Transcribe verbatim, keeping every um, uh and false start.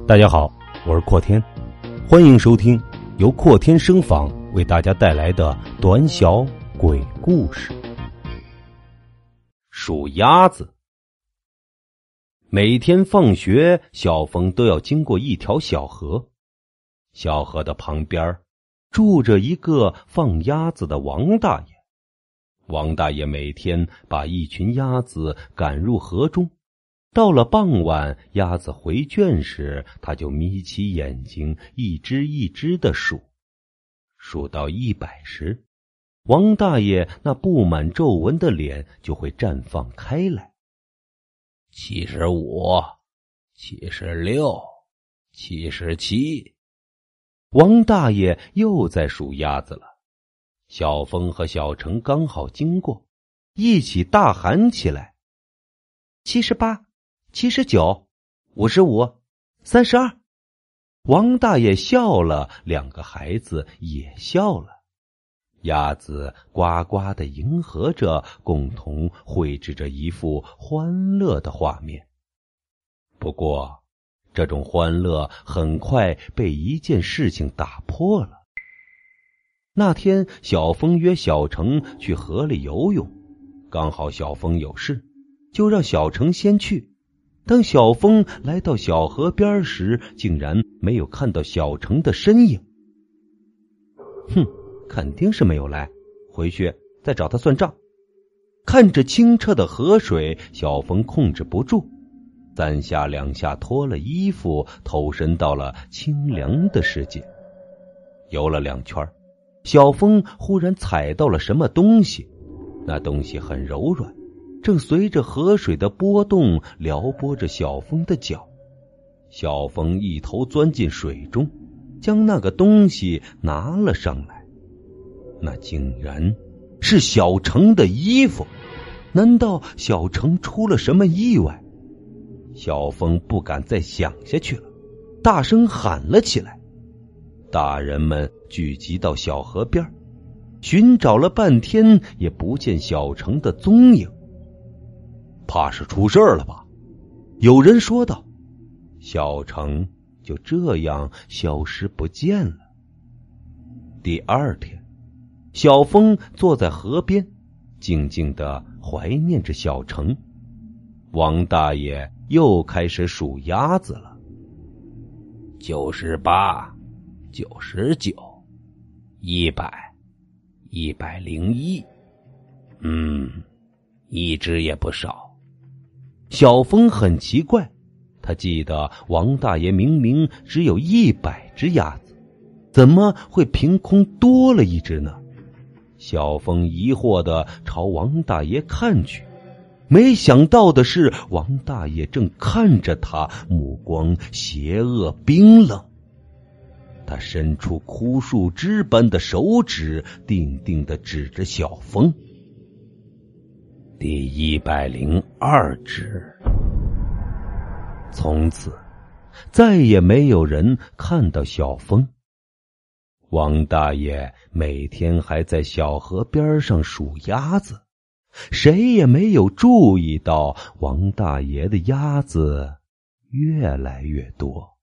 大家好，我是阔天，欢迎收听由阔天声坊为大家带来的短小鬼故事。数鸭子。每天放学，小峰都要经过一条小河，小河的旁边住着一个放鸭子的王大爷。王大爷每天把一群鸭子赶入河中，到了傍晚，鸭子回圈时，他就眯起眼睛，一只一只地数。数到一百时，王大爷那布满皱纹的脸就会绽放开来。 七十五，七十六，七十七。 王大爷又在数鸭子了。小峰和小程刚好经过，一起大喊起来：七十八，七十九，五十五，三十二。王大爷笑了，两个孩子也笑了。鸭子呱呱地迎合着，共同绘制着一幅欢乐的画面。不过，这种欢乐很快被一件事情打破了。那天，小峰约小程去河里游泳，刚好小峰有事，就让小程先去。当小峰来到小河边时，竟然没有看到小程的身影。哼，肯定是没有来，回去再找他算账。看着清澈的河水，小峰控制不住，三下两下脱了衣服，投身到了清凉的世界。游了两圈，小峰忽然踩到了什么东西，那东西很柔软，正随着河水的波动撩拨着小峰的脚。小峰一头钻进水中，将那个东西拿了上来。那竟然是小程的衣服。难道小程出了什么意外？小峰不敢再想下去了，大声喊了起来。大人们聚集到小河边，寻找了半天也不见小程的踪影。 怕是出事了吧？ 有人说道。小程就这样消失不见了。第二天，小峰坐在河边，静静地怀念着小程。王大爷又开始数鸭子了。 九十八，九十九，一百，一百零一。嗯，一只也不少。小峰很奇怪，他记得王大爷明明只有一百只鸭子，怎么会凭空多了一只呢？小峰疑惑地朝王大爷看去，没想到的是，王大爷正看着他，目光邪恶冰冷。他伸出枯树枝般的手指，定定地指着小峰。第一百零二只。从此，再也没有人看到小峰。王大爷每天还在小河边上数鸭子，谁也没有注意到王大爷的鸭子越来越多。